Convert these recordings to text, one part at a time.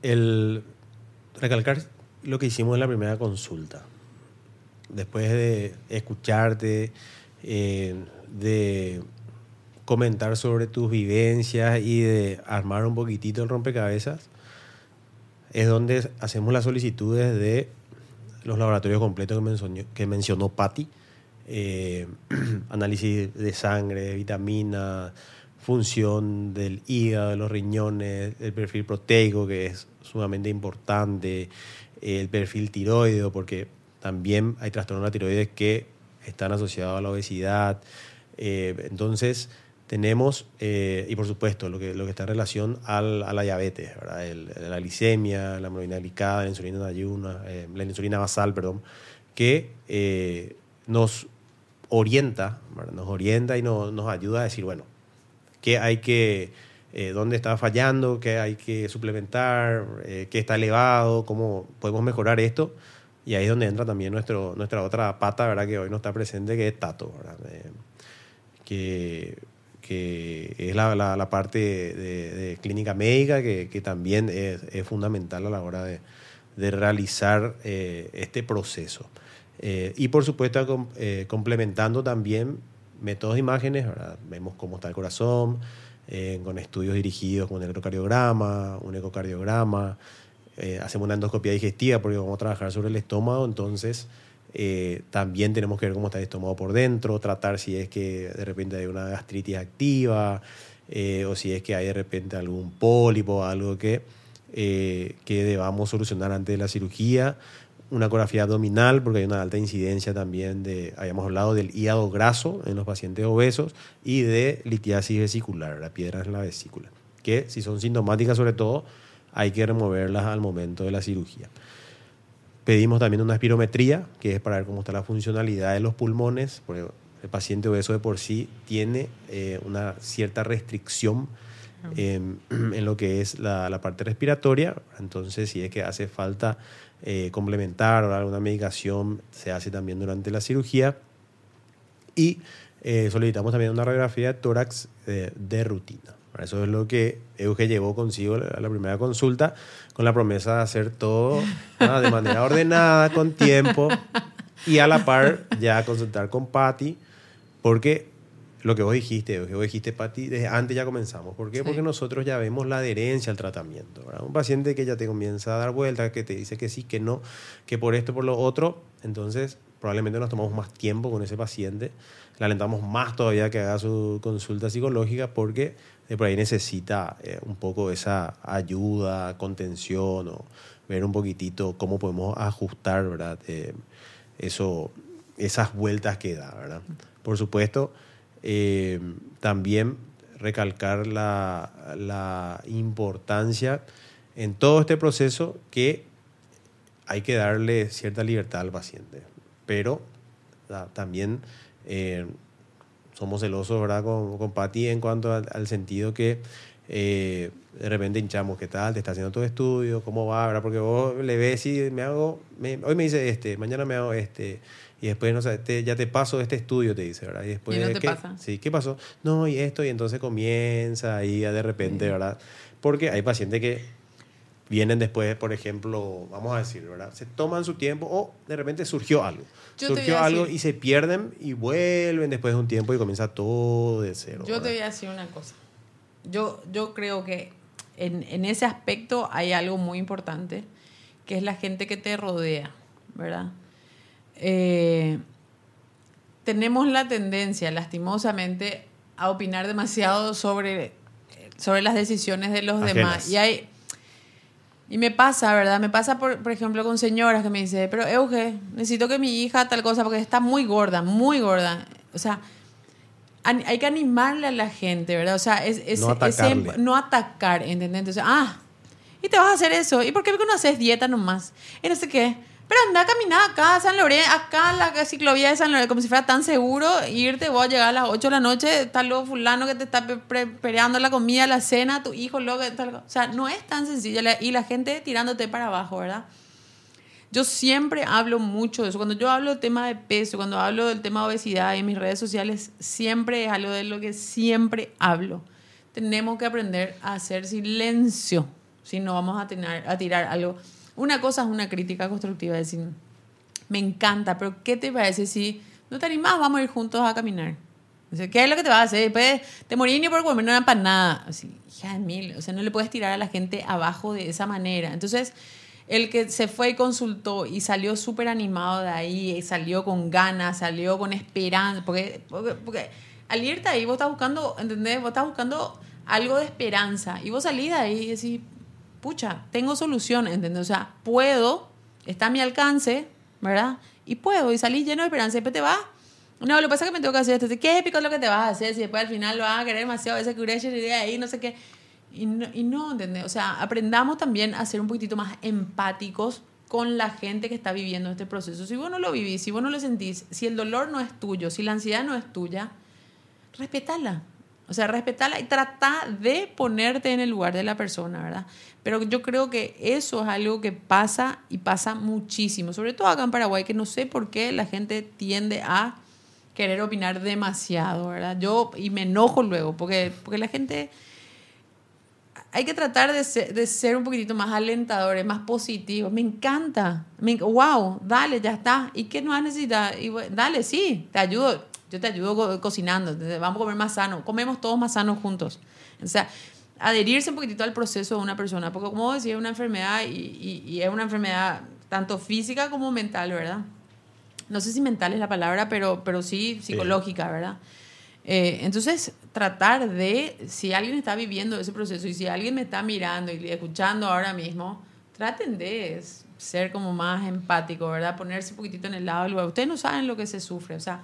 el recalcar lo que hicimos en la primera consulta. Después de escucharte, de comentar sobre tus vivencias y de armar un poquitito el rompecabezas, es donde hacemos las solicitudes de los laboratorios completos que mencionó Patti. Análisis de sangre, vitaminas, función del hígado, de los riñones, el perfil proteico, que es sumamente importante, el perfil tiroideo, porque también hay trastornos de la tiroides que están asociados a la obesidad. Entonces tenemos, y por supuesto, lo que está en relación a la diabetes, ¿verdad? La glicemia, la hemoglobina glicada, la insulina en ayuno, la insulina basal, perdón, que nos orienta, ¿verdad? Nos orienta y nos ayuda a decir, bueno, qué hay que, dónde está fallando, qué hay que suplementar, qué está elevado, cómo podemos mejorar esto. Y ahí es donde entra también nuestra otra pata, ¿verdad? Que hoy no está presente, que es Tato, ¿verdad? Que es la parte de clínica médica, que también es fundamental a la hora de realizar este proceso. Y por supuesto complementando también métodos de imágenes, ¿verdad? Vemos cómo está el corazón, con estudios dirigidos con un electrocardiograma, un ecocardiograma, hacemos una endoscopia digestiva porque vamos a trabajar sobre el estómago, entonces también tenemos que ver cómo está el estómago por dentro, tratar si es que de repente hay una gastritis activa, o si es que hay de repente algún pólipo, algo que debamos solucionar antes de la cirugía. Una ecografía abdominal, porque hay una alta incidencia también habíamos hablado del hígado graso en los pacientes obesos y de litiasis vesicular, la piedra en la vesícula, que si son sintomáticas sobre todo, hay que removerlas al momento de la cirugía. Pedimos también una espirometría, que es para ver cómo está la funcionalidad de los pulmones, porque el paciente obeso de por sí tiene una cierta restricción en lo que es la parte respiratoria, entonces si es que hace falta complementar o alguna medicación, se hace también durante la cirugía. Y solicitamos también una radiografía de tórax de rutina. Eso es lo que Euge llevó consigo a la primera consulta, con la promesa de hacer todo de manera ordenada, con tiempo, y a la par ya consultar con Patti, porque lo que vos dijiste, Patti, desde antes ya comenzamos. ¿Por qué? Sí. Porque nosotros ya vemos la adherencia al tratamiento, ¿verdad? Un paciente que ya te comienza a dar vueltas, que te dice que sí, que no, que por esto, por lo otro, entonces probablemente nos tomamos más tiempo con ese paciente, le alentamos más todavía que haga su consulta psicológica, porque de por ahí necesita un poco esa ayuda, contención, o ver un poquitito cómo podemos ajustar, ¿verdad? Esas vueltas que da, ¿verdad? Por supuesto, también recalcar la importancia en todo este proceso, que hay que darle cierta libertad al paciente, pero también somos celosos, ¿verdad? con Patti en cuanto al sentido que de repente hinchamos, ¿qué tal? ¿Te está haciendo todo estudio? ¿Cómo va? ¿Verdad? Porque vos le ves y hoy me dice mañana me hago y después, no sé, ya te paso este estudio, te dice, ¿verdad? Y después, ¿y no te pasa? Sí, ¿qué pasó? No, y esto, y entonces comienza ahí de repente, sí. ¿Verdad? Porque hay pacientes que vienen después, por ejemplo, vamos a decir, ¿verdad? Se toman su tiempo o de repente surgió algo. Y se pierden y vuelven después de un tiempo y comienza todo de cero. Yo te voy a decir una cosa. Yo creo que en ese aspecto hay algo muy importante, que es la gente que te rodea, ¿verdad? Tenemos la tendencia, lastimosamente, a opinar demasiado sobre las decisiones de los demás. Y me pasa, ¿verdad? Me pasa, por ejemplo, con señoras que me dicen, pero Euge, necesito que mi hija tal cosa, porque está muy gorda, muy gorda. O sea, hay que animarle a la gente, ¿verdad? O sea, no atacar, ¿entendés? Entonces, y te vas a hacer eso. ¿Y por qué no haces dieta nomás? Y no sé qué. Pero anda a caminar acá a San Lorenzo, acá en la ciclovía de San Lorenzo, como si fuera tan seguro irte, vos a llegar a las 8 de la noche, está luego fulano que te está preparando la comida, la cena, tu hijo, luego tal. O sea, no es tan sencillo, y la gente tirándote para abajo, ¿verdad? Yo siempre hablo mucho de eso. Cuando yo hablo del tema de peso, cuando hablo del tema de obesidad en mis redes sociales, siempre es algo de lo que siempre hablo. Tenemos que aprender a hacer silencio, si no vamos a tirar algo. Una cosa es una crítica constructiva, decir, me encanta, pero ¿qué te parece si no te animás, vamos a ir juntos a caminar? O sea, ¿qué es lo que te vas a hacer? Después te morís ni por comer una empanada. Así, hija de mil, o sea, no le puedes tirar a la gente abajo de esa manera. Entonces, el que se fue y consultó y salió súper animado de ahí, y salió con ganas, salió con esperanza, porque al irte ahí vos estás buscando, ¿entendés? Vos estás buscando algo de esperanza y vos salís de ahí y decís, pucha, tengo solución, ¿entendés? O sea, puedo, está a mi alcance, ¿verdad? Y puedo, y salís lleno de esperanza y después te vas. No, lo que pasa es que me tengo que hacer esto. ¿Qué épico es lo que te vas a hacer? Si después al final lo vas a querer demasiado, ese curioso y de ahí, no sé qué. Y no, ¿entendés? O sea, aprendamos también a ser un poquitito más empáticos con la gente que está viviendo este proceso. Si vos no lo vivís, si vos no lo sentís, si el dolor no es tuyo, si la ansiedad no es tuya, respetala. O sea, respetala y trata de ponerte en el lugar de la persona, ¿verdad? Pero yo creo que eso es algo que pasa y pasa muchísimo. Sobre todo acá en Paraguay, que no sé por qué la gente tiende a querer opinar demasiado, ¿verdad? Y me enojo luego, porque la gente... Hay que tratar de ser un poquitito más alentadores, más positivos. Me encanta. Wow, dale, ya está. ¿Y qué más necesitas? Dale, sí, te ayudo. Yo te ayudo cocinando. Vamos a comer más sano. Comemos todos más sanos juntos. O sea, adherirse un poquitito al proceso de una persona. Porque como decía, es una enfermedad y es una enfermedad tanto física como mental, ¿verdad? No sé si mental es la palabra, pero sí psicológica, ¿verdad? Entonces, tratar de, si alguien está viviendo ese proceso y si alguien me está mirando y escuchando ahora mismo, traten de ser como más empático, ¿verdad? Ponerse un poquitito en el lado del lugar. Ustedes no saben lo que se sufre, o sea,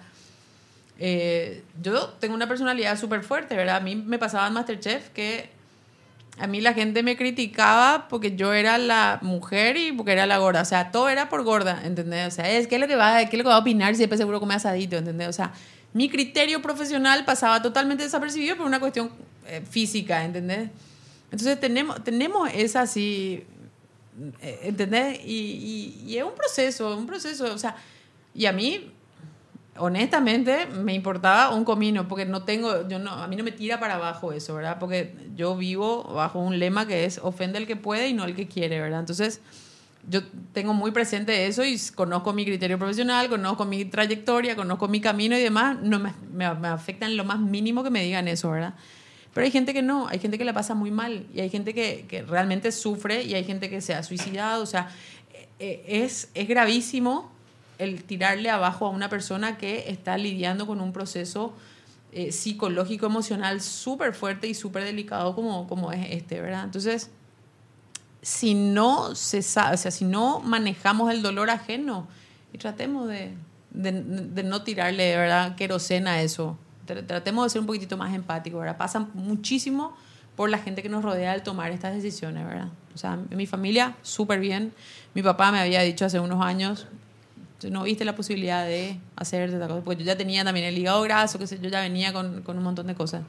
yo tengo una personalidad súper fuerte, ¿verdad? A mí me pasaba en MasterChef que a mí la gente me criticaba porque yo era la mujer y porque era la gorda, o sea, todo era por gorda, ¿entendés? O sea, ¿qué es lo que va a opinar si después seguro come asadito, ¿entendés? O sea, mi criterio profesional pasaba totalmente desapercibido por una cuestión física, ¿entendés? Entonces tenemos esa así, ¿entendés? Y es un proceso, o sea, y a mí, honestamente, me importaba un comino, porque a mí no me tira para abajo eso, ¿verdad? Porque yo vivo bajo un lema que es ofende al que puede y no al que quiere, ¿verdad? Entonces, yo tengo muy presente eso y conozco mi criterio profesional, conozco mi trayectoria, conozco mi camino y demás. No me afecta en lo más mínimo que me digan eso, ¿verdad? Pero hay gente que no, hay gente que la pasa muy mal y hay gente que realmente sufre y hay gente que se ha suicidado. O sea, es gravísimo el tirarle abajo a una persona que está lidiando con un proceso psicológico, emocional súper fuerte y súper delicado como es este, ¿verdad? Entonces, si no se sabe, o sea, si no manejamos el dolor ajeno y tratemos de no tirarle, ¿verdad?, querosena a eso, tratemos de ser un poquitito más empáticos, ¿verdad? Pasa muchísimo por la gente que nos rodea al tomar estas decisiones, ¿verdad? O sea, en mi familia, súper bien. Mi papá me había dicho hace unos años, no viste la posibilidad de hacer esta cosa, porque yo ya tenía también el hígado graso, que sé, yo ya venía con un montón de cosas.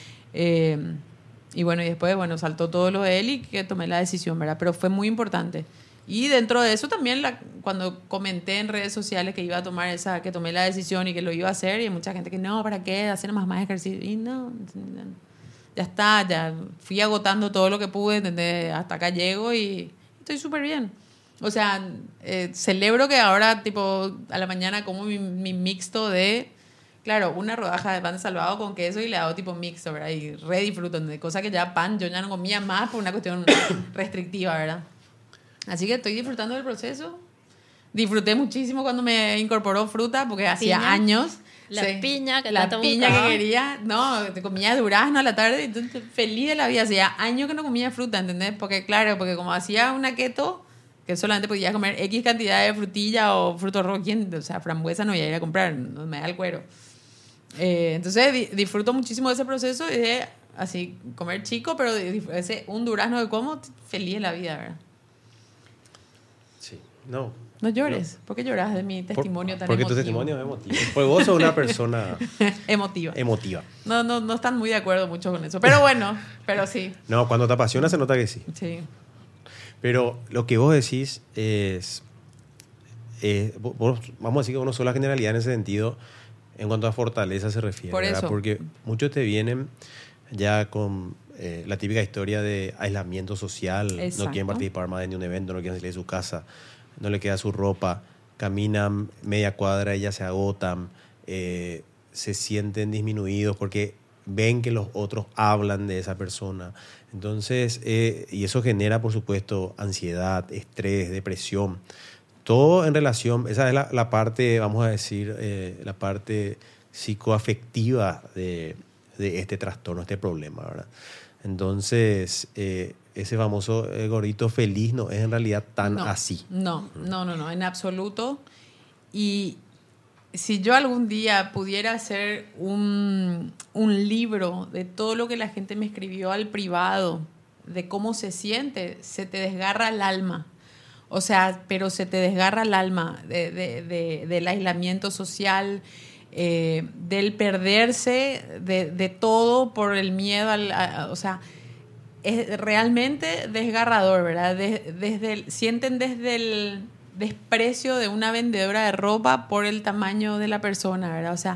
Y bueno, y después, saltó todo lo de él y que tomé la decisión, ¿verdad? Pero fue muy importante. Y dentro de eso también, cuando comenté en redes sociales que iba a tomar que tomé la decisión y que lo iba a hacer, y hay mucha gente que no, ¿para qué? Hacer más ejercicio. Y no, ya está, ya fui agotando todo lo que pude, ¿entendés? Hasta acá llego y estoy súper bien. O sea, celebro que ahora, tipo, a la mañana como mi mixto de... Claro, una rodaja de pan salvado con queso y le hago tipo mixto, ¿verdad? Y re disfruto, de cosa que ya pan yo ya no comía más por una cuestión restrictiva, ¿verdad? Así que estoy disfrutando del proceso. Disfruté muchísimo cuando me incorporó fruta, porque hacía años. La piña que quería. No, te comía durazno a la tarde, entonces feliz de la vida. Hacía años que no comía fruta, ¿entendés? Porque como hacía una keto, que solamente podías comer X cantidad de frutilla o fruto rojo, o sea, frambuesa no iba a ir a comprar, no me da el cuero. Entonces disfruto muchísimo de ese proceso y de así comer chico, pero un durazno que como, feliz de la vida, ¿verdad? Sí, no llores. ¿Por qué lloras de mi testimonio tan porque emotivo? Tu testimonio es emotivo. Porque vos sos una persona emotiva. No están muy de acuerdo mucho con eso, pero bueno, pero sí. No, cuando te apasiona se nota que sí. Sí. Pero lo que vos decís es vamos a decir que una sola generalidad en ese sentido. En cuanto a fortaleza se refiere, por eso. Porque muchos te vienen ya con la típica historia de aislamiento social. Exacto. No quieren participar más de ni un evento, no quieren salir de su casa, no le queda su ropa, caminan media cuadra y ya se agotan, se sienten disminuidos porque ven que los otros hablan de esa persona. Entonces, y eso genera, por supuesto, ansiedad, estrés, depresión. Todo en relación, esa es la parte, vamos a decir, la parte psicoafectiva de este trastorno, este problema, ¿verdad? Entonces, ese famoso gordito feliz no es en realidad tan así. No, en absoluto. Y si yo algún día pudiera hacer un libro de todo lo que la gente me escribió al privado, de cómo se siente, se te desgarra el alma. O sea, pero se te desgarra el alma del aislamiento social, del perderse de todo por el miedo o sea, es realmente desgarrador, ¿verdad? Sienten desde el desprecio de una vendedora de ropa por el tamaño de la persona, ¿verdad? O sea,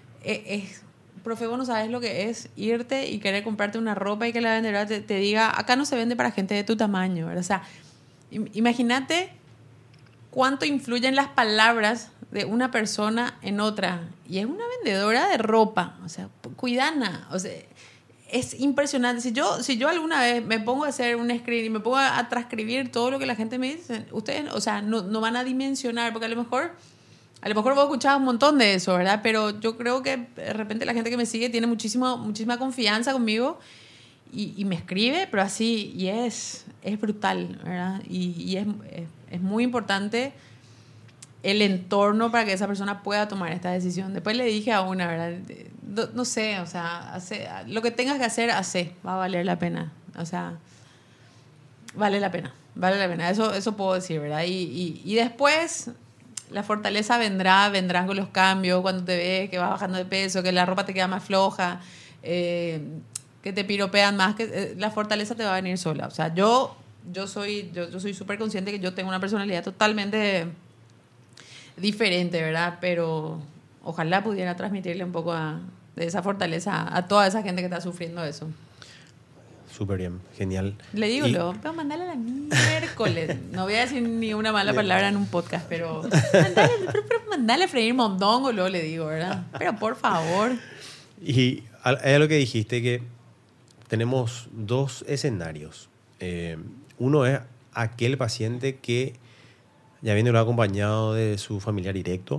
profe, vos no sabes lo que es irte y querer comprarte una ropa y que la vendedora te diga, acá no se vende para gente de tu tamaño, ¿verdad? O sea, imagínate cuánto influyen las palabras de una persona en otra. Y es una vendedora de ropa. O sea, cuidana. O sea, es impresionante. Si yo alguna vez me pongo a hacer un screen y me pongo a transcribir todo lo que la gente me dice, ustedes, o sea, no van a dimensionar, porque a lo mejor vos escuchabas un montón de eso, ¿verdad? Pero yo creo que de repente la gente que me sigue tiene muchísima confianza conmigo y me escribe, pero así, y es brutal, ¿verdad? Y es muy importante el entorno para que esa persona pueda tomar esta decisión. Después le dije a una, ¿verdad? No sé, o sea, lo que tengas que hacer, va a valer la pena. O sea, vale la pena. Eso puedo decir, ¿verdad? Y después la fortaleza vendrán con los cambios, cuando te ves que vas bajando de peso, que la ropa te queda más floja, que te piropean más, que la fortaleza te va a venir sola. O sea, yo soy súper consciente que yo tengo una personalidad totalmente diferente, ¿verdad? Pero ojalá pudiera transmitirle un poco de esa fortaleza a toda esa gente que está sufriendo eso. Súper bien, genial. Le digo, pero mandale a la miércoles. No voy a decir ni una mala palabra en un podcast, pero mandale a freír mondongo, luego le digo, ¿verdad? Pero por favor. Y es lo que dijiste, que tenemos dos escenarios. Uno es aquel paciente que ya viene acompañado de su familiar directo,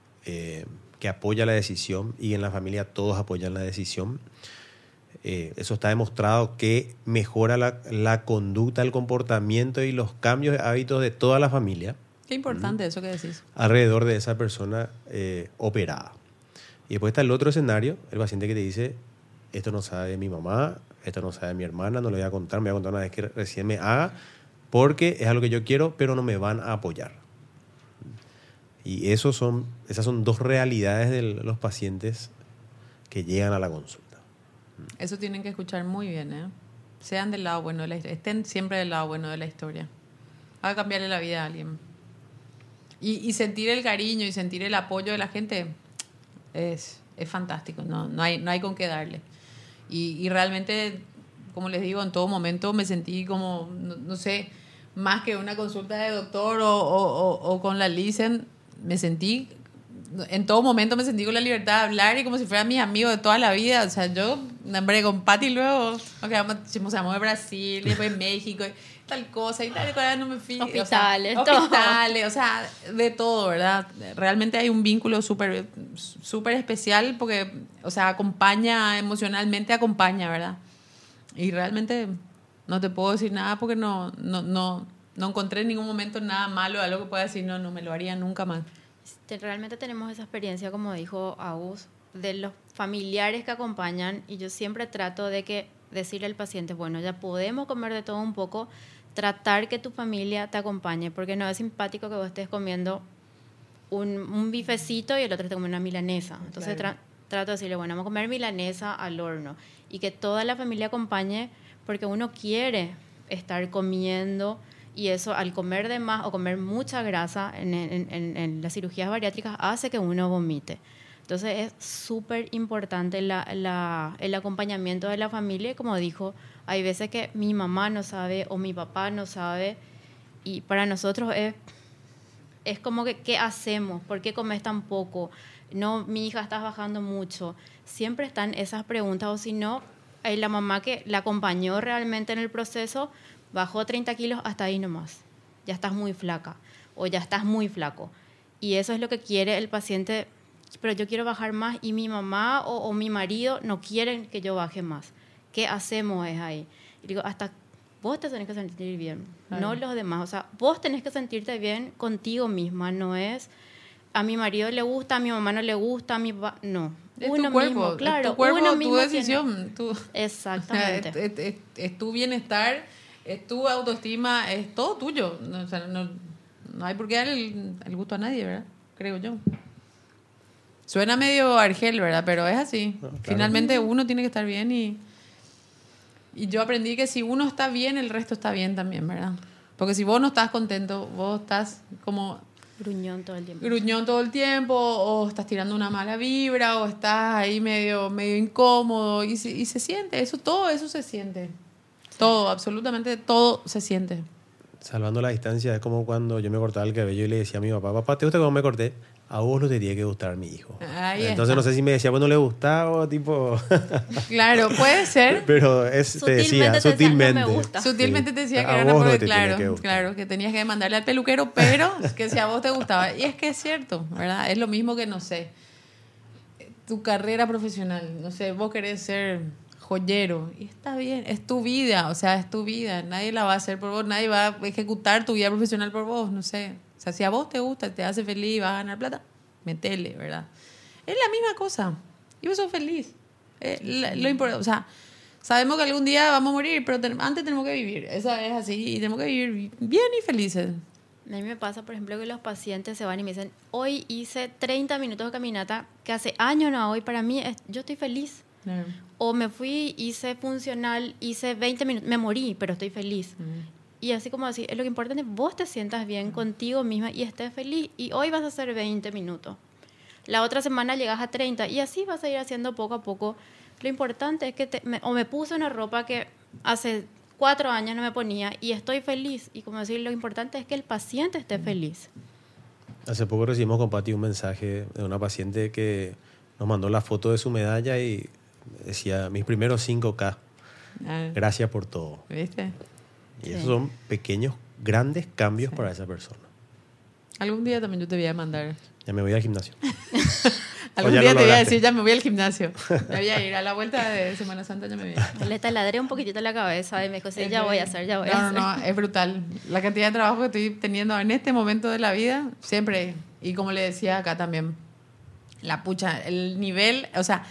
que apoya la decisión, y en la familia todos apoyan la decisión. Eso está demostrado que mejora la conducta, el comportamiento y los cambios de hábitos de toda la familia. Qué importante eso que decís. Alrededor de esa persona operada. Y después está el otro escenario, el paciente que te dice, esto no sabe mi mamá, esto no sabe mi hermana, no le voy a contar, me voy a contar una vez que recién me haga, porque es algo que yo quiero, pero no me van a apoyar. Y esas son dos realidades de los pacientes que llegan a la consulta. Eso tienen que escuchar muy bien, ¿eh? Sean del lado bueno de la historia, estén siempre del lado bueno de la historia. Va a cambiarle la vida a alguien. Y sentir el cariño y sentir el apoyo de la gente es fantástico, no hay con qué darle. Y realmente, como les digo, en todo momento me sentí como, no sé, más que una consulta de doctor o con la licen, en todo momento me sentí con la libertad de hablar y como si fueran mis amigos de toda la vida. O sea, yo nombré con Pati luego, nos de Brasil, y después México, y tal cosa, y tal, no me fui. Hospitales, o sea, de todo, ¿verdad? Realmente hay un vínculo súper especial porque, o sea, emocionalmente acompaña, ¿verdad? Y realmente no te puedo decir nada porque no encontré en ningún momento nada malo, algo que pueda decir, no me lo haría nunca más. Realmente tenemos esa experiencia, como dijo Agus, de los familiares que acompañan, y yo siempre trato de decirle al paciente, bueno, ya podemos comer de todo un poco, tratar que tu familia te acompañe, porque no es simpático que vos estés comiendo un bifecito y el otro esté comiendo una milanesa. Entonces trato de decirle, bueno, vamos a comer milanesa al horno, y que toda la familia acompañe, porque uno quiere estar comiendo. Y eso, al comer de más o comer mucha grasa en las cirugías bariátricas, hace que uno vomite. Entonces es súper importante el acompañamiento de la familia. Como dijo, hay veces que mi mamá no sabe o mi papá no sabe, y para nosotros es como que, ¿qué hacemos? ¿Por qué comes tan poco? No, mi hija está bajando mucho. Siempre están esas preguntas, o si no, la mamá que la acompañó realmente en el proceso bajó 30 kilos, hasta ahí nomás. Ya estás muy flaca o ya estás muy flaco. Y eso es lo que quiere el paciente, pero yo quiero bajar más y mi mamá o mi marido no quieren que yo baje más. ¿Qué hacemos es ahí? Y digo, hasta vos te tenés que sentir bien, no los demás. O sea, vos tenés que sentirte bien contigo misma, no es a mi marido le gusta, a mi mamá no le gusta, a mi papá... No, es uno tu cuerpo, mismo, claro. Es tu cuerpo, tu decisión. Exactamente. Es tu bienestar, es tu autoestima, es todo tuyo. O sea, no hay por qué dar el gusto a nadie, ¿verdad? Creo yo. Suena medio argel, ¿verdad? Pero es así. No, claro. Finalmente uno tiene que estar bien y yo aprendí que si uno está bien, el resto está bien también, ¿verdad? Porque si vos no estás contento, vos estás como... Gruñón todo el tiempo. Gruñón todo el tiempo, o estás tirando una mala vibra, o estás ahí medio incómodo, y se siente, todo eso se siente. Todo, absolutamente todo se siente. Salvando la distancia, es como cuando yo me cortaba el cabello y le decía a mi papá, ¿te gusta cómo me corté? A vos no te tiene que gustar mi hijo. Ahí Entonces está. No sé si me decía, pues no le gustaba o tipo... Claro, puede ser. Pero te decía, sutilmente. No me gusta. Sutilmente te decía que era una cosa, claro, que tenías que mandarle al peluquero, pero que si a vos te gustaba. Y es que es cierto, ¿verdad? Es lo mismo que, no sé, tu carrera profesional. No sé, vos querés ser joyero. Y está bien, es tu vida, o sea, es tu vida. Nadie la va a hacer por vos, nadie va a ejecutar tu vida profesional por vos, no sé. O sea, si a vos te gusta, te hace feliz, vas a ganar plata, metele, ¿verdad? Es la misma cosa. Y vos sos feliz. Lo importante, o sea, sabemos que algún día vamos a morir, pero antes tenemos que vivir. Esa es así, y tenemos que vivir bien y felices. A mí me pasa, por ejemplo, que los pacientes se van y me dicen, hoy hice 30 minutos de caminata, que hace años no hago, y para mí yo estoy feliz. O me fui, hice funcional, hice 20 minutos, me morí, pero estoy feliz. Y así como así, lo que importa es que vos te sientas bien contigo misma y estés feliz. Y hoy vas a hacer 20 minutos. La otra semana llegas a 30 y así vas a ir haciendo poco a poco. Lo importante es que me puse una ropa que hace 4 años no me ponía y estoy feliz. Y como decir, lo importante es que el paciente esté feliz. Hace poco recibimos con Pati un mensaje de una paciente que nos mandó la foto de su medalla y decía, mis primeros 5K. Gracias por todo. ¿Viste? Y esos son pequeños, grandes cambios para esa persona. Algún día también yo te voy a mandar. Ya me voy al gimnasio. Algún día te voy a decir, ya me voy al gimnasio. Me voy a ir a la vuelta de Semana Santa, ya me voy. Le taladré un poquitito la cabeza y me dijo, sí, ya voy a hacer. No, es brutal. La cantidad de trabajo que estoy teniendo en este momento de la vida, siempre. Y como le decía acá también, la pucha, el nivel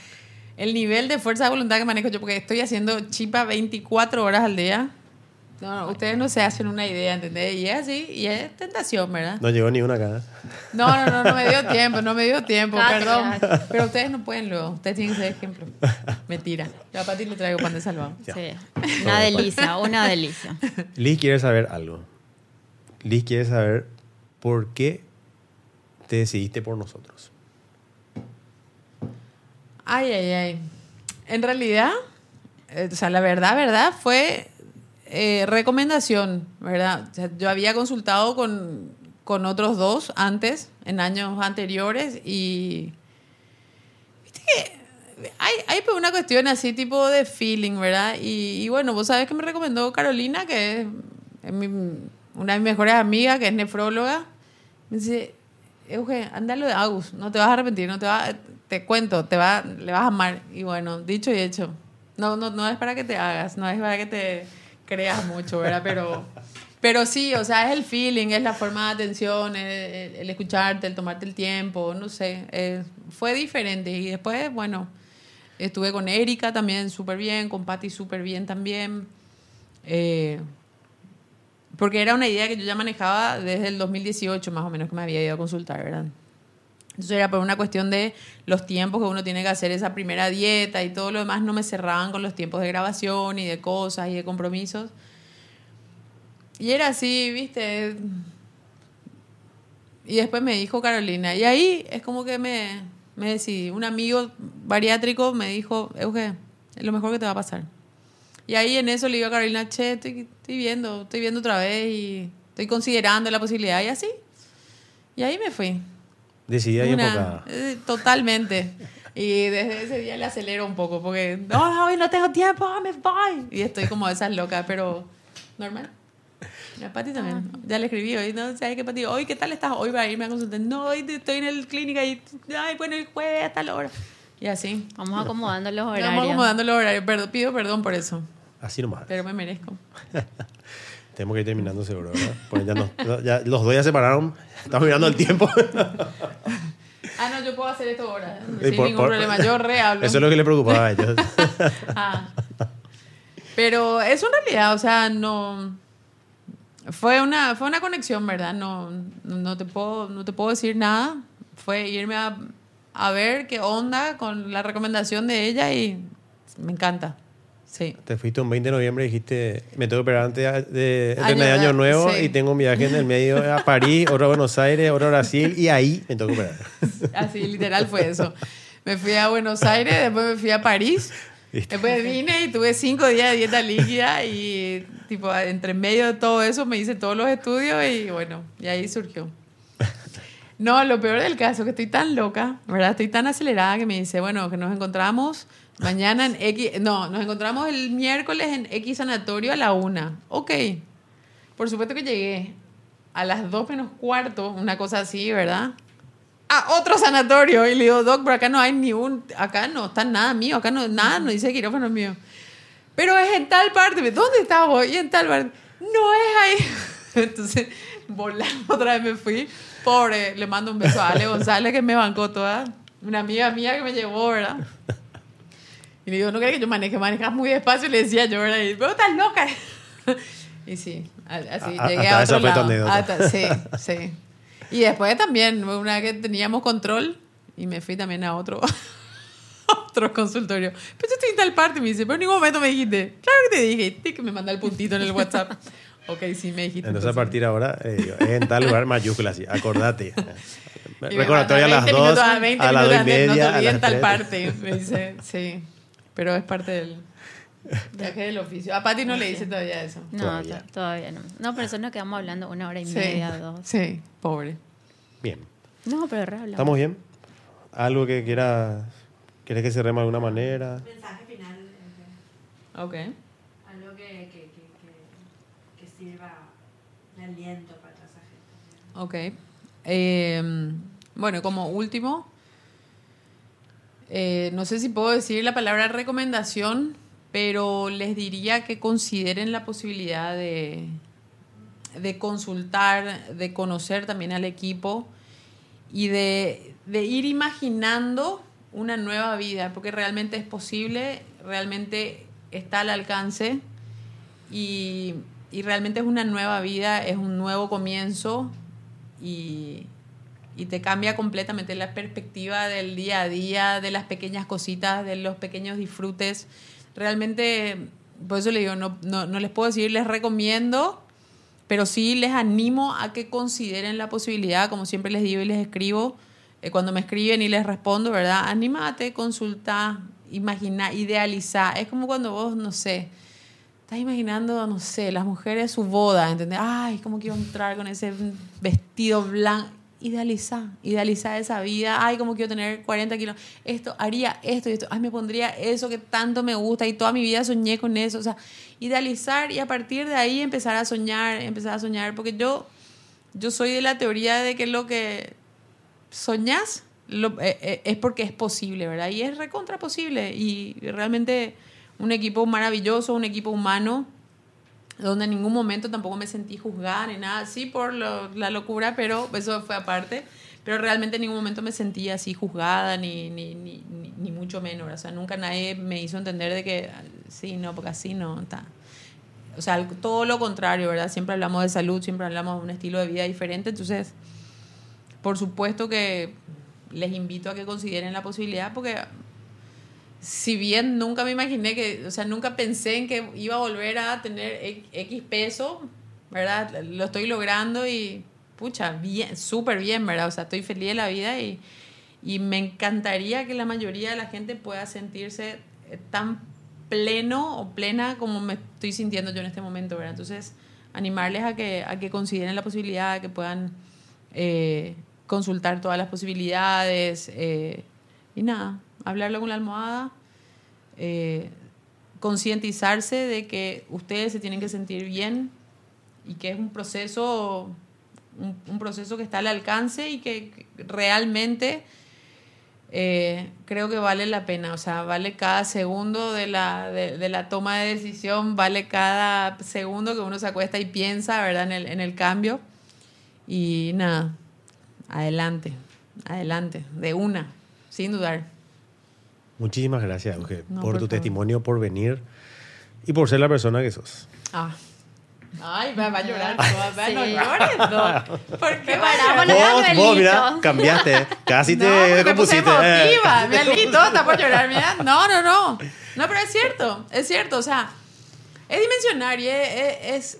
de fuerza de voluntad que manejo yo, porque estoy haciendo chipa 24 horas al día. No, ustedes no se hacen una idea, ¿entendés? Y es así, y es tentación, ¿verdad? No llegó ni una acá. No me dio tiempo, perdón. Pero ustedes no pueden luego, ustedes tienen que ser ejemplo. Mentira. Yo a Pati le traigo pan de salvado. Sí. Una delicia. Liz quiere saber algo. Liz quiere saber por qué te decidiste por nosotros. Ay. En realidad, o sea, la verdad fue... recomendación, ¿verdad? O sea, yo había consultado con otros 2 antes, en años anteriores, y viste que hay una cuestión así tipo de feeling, ¿verdad? Y bueno, vos sabés que me recomendó Carolina, que es una de mis mejores amigas, que es nefróloga. Me dice, Euge, anda lo de Agus, no te vas a arrepentir, te cuento, le vas a amar. Y bueno, dicho y hecho. No es para que te hagas, no es para que te creas mucho, ¿verdad? Pero sí, o sea, es el feeling, es la forma de atención, el escucharte, el tomarte el tiempo, no sé, fue diferente. Y después, bueno, estuve con Erika también súper bien, con Pati súper bien también, porque era una idea que yo ya manejaba desde el 2018 más o menos, que me había ido a consultar, ¿verdad? Entonces era por una cuestión de los tiempos que uno tiene que hacer esa primera dieta y todo lo demás, no me cerraban con los tiempos de grabación y de cosas y de compromisos. Y era así, ¿viste? Y después me dijo Carolina. Y ahí es como que me me decidí. Un amigo bariátrico me dijo, Euge, es lo mejor que te va a pasar. Y ahí en eso le digo a Carolina, che, estoy viendo otra vez y estoy considerando la posibilidad y así. Y ahí me fui. Decidí ahí enfocada. Totalmente. Y desde ese día le acelero un poco porque, hoy no tengo tiempo, me voy. Y estoy como esas locas, pero normal. A Pati también. Ya le escribí hoy, ¿no? ¿Sabes qué, Pati? Hoy, ¿qué tal estás? Hoy va a irme a consultar. No, hoy estoy en el clínica y, bueno, el jueves a tal hora. Y así. Vamos acomodando los horarios. Vamos acomodando los horarios. Pido perdón por eso. Así nomás. Pero me merezco. Tenemos que ir terminando seguro, ¿verdad? Porque ya los dos ya se pararon. Estamos mirando el tiempo. No, yo puedo hacer esto ahora. Sin ningún problema. Yo hablo. Eso es lo que le preocupaba a ellos. Pero es una realidad, o sea, no... Fue una conexión, ¿verdad? No te puedo decir nada. Fue irme a ver qué onda con la recomendación de ella y me encanta. Sí. Te fuiste un 20 de noviembre y dijiste, me tengo que operar antes de Año Nuevo, sí. Y tengo un viaje en el medio a París, otro a Buenos Aires, otro a Brasil y ahí me tengo que operar. Así, literal fue eso. Me fui a Buenos Aires, después me fui a París, después vine y tuve 5 días de dieta líquida y tipo entre medio de todo eso me hice todos los estudios y bueno, y ahí surgió. No, lo peor del caso es que estoy tan loca, ¿verdad? Estoy tan acelerada que me dice, bueno, que nos encontramos mañana en X... No, nos encontramos el miércoles en X sanatorio a la 1. Ok. Por supuesto que llegué a las 2 menos cuarto, una cosa así, ¿verdad? A otro sanatorio. Y le digo, doc, pero acá no hay ni un... Acá no está nada mío, acá no nada, no dice quirófano mío. Pero es en tal parte. ¿Dónde estás vos? Y en tal parte. No es ahí. Entonces, volando otra vez me fui. Pobre, le mando un beso a Ale González que me bancó toda. Una amiga mía que me llevó, ¿verdad? Y le digo, ¿no crees que yo manejas muy despacio? Y le decía yo, ¿verdad? Y, pero estás loca. Y sí, así llegué a otro lado. Sí. Y después también, una vez que teníamos control, y me fui también a otro consultorio. Pero yo estoy en tal parte, me dice, pero en ningún momento me dijiste. Claro que te dije, que me manda el puntito en el WhatsApp. Ok, sí, me dijiste. Entonces, a partir de ahora, es en tal lugar mayúscula, así, acordate. Recordatorio a las 2, a las 2:30. No te olvides en tal parte. Me dice, sí. Pero es parte del viaje del oficio. A Pati no le dice todavía eso. No, todavía no. No, pero eso nos quedamos hablando 1 hora y media, 2. Sí, pobre. Bien. No, pero re hablamos. ¿Estamos bien? ¿Algo que quieres que cerremos de alguna manera? Mensaje final. Ok. Algo que sirva de aliento para toda esa gente. Ok. Bueno, como último, no sé si puedo decir la palabra recomendación, pero les diría que consideren la posibilidad de consultar, de conocer también al equipo y de ir imaginando una nueva vida, porque realmente es posible, realmente está al alcance y realmente es una nueva vida, es un nuevo comienzo y te cambia completamente la perspectiva del día a día, de las pequeñas cositas, de los pequeños disfrutes. Realmente, por eso les digo, no les puedo decir, les recomiendo, pero sí les animo a que consideren la posibilidad, como siempre les digo y les escribo, cuando me escriben y les respondo, ¿verdad? Anímate, consulta, imagina, idealiza. Es como cuando vos, no sé, estás imaginando, no sé, las mujeres su boda, ¿entendés? Ay, cómo quiero entrar con ese vestido blanco. Idealiza esa vida. Ay, cómo quiero tener 40 kilos. Haría esto y esto. Ay, me pondría eso que tanto me gusta y toda mi vida soñé con eso. O sea, idealizar y a partir de ahí empezar a soñar. Porque yo soy de la teoría de que lo que soñás es porque es posible, ¿verdad? Y es recontra posible. Y realmente un equipo maravilloso, un equipo humano, donde en ningún momento tampoco me sentí juzgada ni nada, sí por la locura, pero eso fue aparte, pero realmente en ningún momento me sentí así juzgada ni mucho menos, o sea, nunca nadie me hizo entender de que sí, no, porque así no está. O sea, todo lo contrario, ¿verdad? Siempre hablamos de salud, siempre hablamos de un estilo de vida diferente, entonces, por supuesto que les invito a que consideren la posibilidad, porque si bien nunca me imaginé nunca pensé en que iba a volver a tener X peso, ¿verdad? Lo estoy logrando y, pucha, bien, súper bien, ¿verdad? O sea, estoy feliz de la vida y Y me encantaría que la mayoría de la gente pueda sentirse tan pleno o plena como me estoy sintiendo yo en este momento, ¿verdad? Entonces, animarles a que consideren la posibilidad, que puedan consultar todas las posibilidades y nada, hablarlo con la almohada, concientizarse de que ustedes se tienen que sentir bien y que es un proceso que está al alcance y que realmente creo que vale la pena, o sea, vale cada segundo de la toma de decisión, vale cada segundo que uno se acuesta y piensa, ¿verdad?, en el cambio. Y nada, adelante, de una, sin dudar. Muchísimas gracias, Euge, por tu testimonio, por venir y por ser la persona que sos. Ay, va a llorar. Sí. No llores, no. ¿Por qué paramos vos, mira, cambiaste. Casi te compusiste. Me emotiva. Mira, Lito, está por llorar. Mira, no. No, pero es cierto. O sea, es dimensionar y es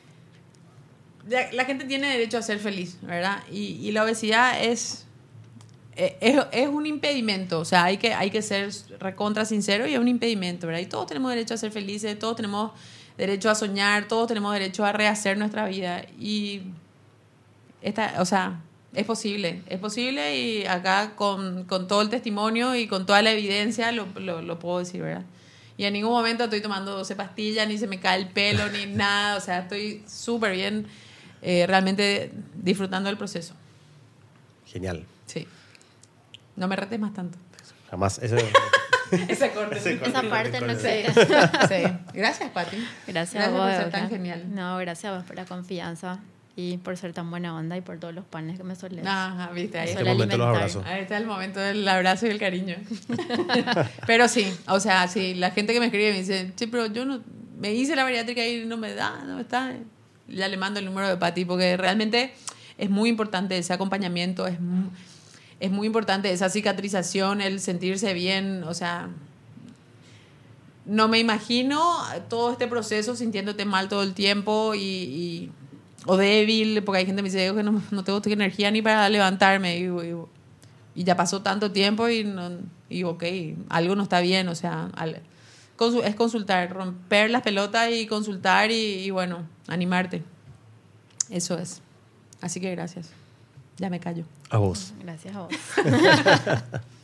la gente tiene derecho a ser feliz, ¿verdad? Y la obesidad es un impedimento. O sea, hay que ser recontra sincero y es un impedimento, ¿verdad? Y todos tenemos derecho a ser felices, todos tenemos derecho a soñar, todos tenemos derecho a rehacer nuestra vida y o sea, es posible y acá con todo el testimonio y con toda la evidencia lo puedo decir, ¿verdad? Y en ningún momento estoy tomando 12 pastillas, ni se me cae el pelo, ni nada, o sea, estoy súper bien, realmente disfrutando del proceso. Genial. Sí. No me retes más tanto. Jamás. Esa corte. Esa parte no sé. Sí. Gracias, Pati. Gracias a vos por ser tan genial. No, gracias a vos por la confianza y por ser tan buena onda y por todos los panes que me sueles. Ajá, viste, ahí está el momento de los abrazos. Ahí está el momento del abrazo y el cariño. Pero sí, o sea, sí, la gente que me escribe me dice, sí, pero yo no me hice la bariátrica y no me está. Ya le mando el número de Pati porque realmente es muy importante ese acompañamiento, es muy importante esa cicatrización, el sentirse bien, o sea, no me imagino todo este proceso sintiéndote mal todo el tiempo o débil, porque hay gente que me dice que no tengo energía ni para levantarme y ya pasó tanto tiempo y ok, algo no está bien, o sea, es consultar, romper las pelotas y consultar y bueno, animarte. Eso es. Así que gracias. Ya me callo. A vos. Gracias a vos.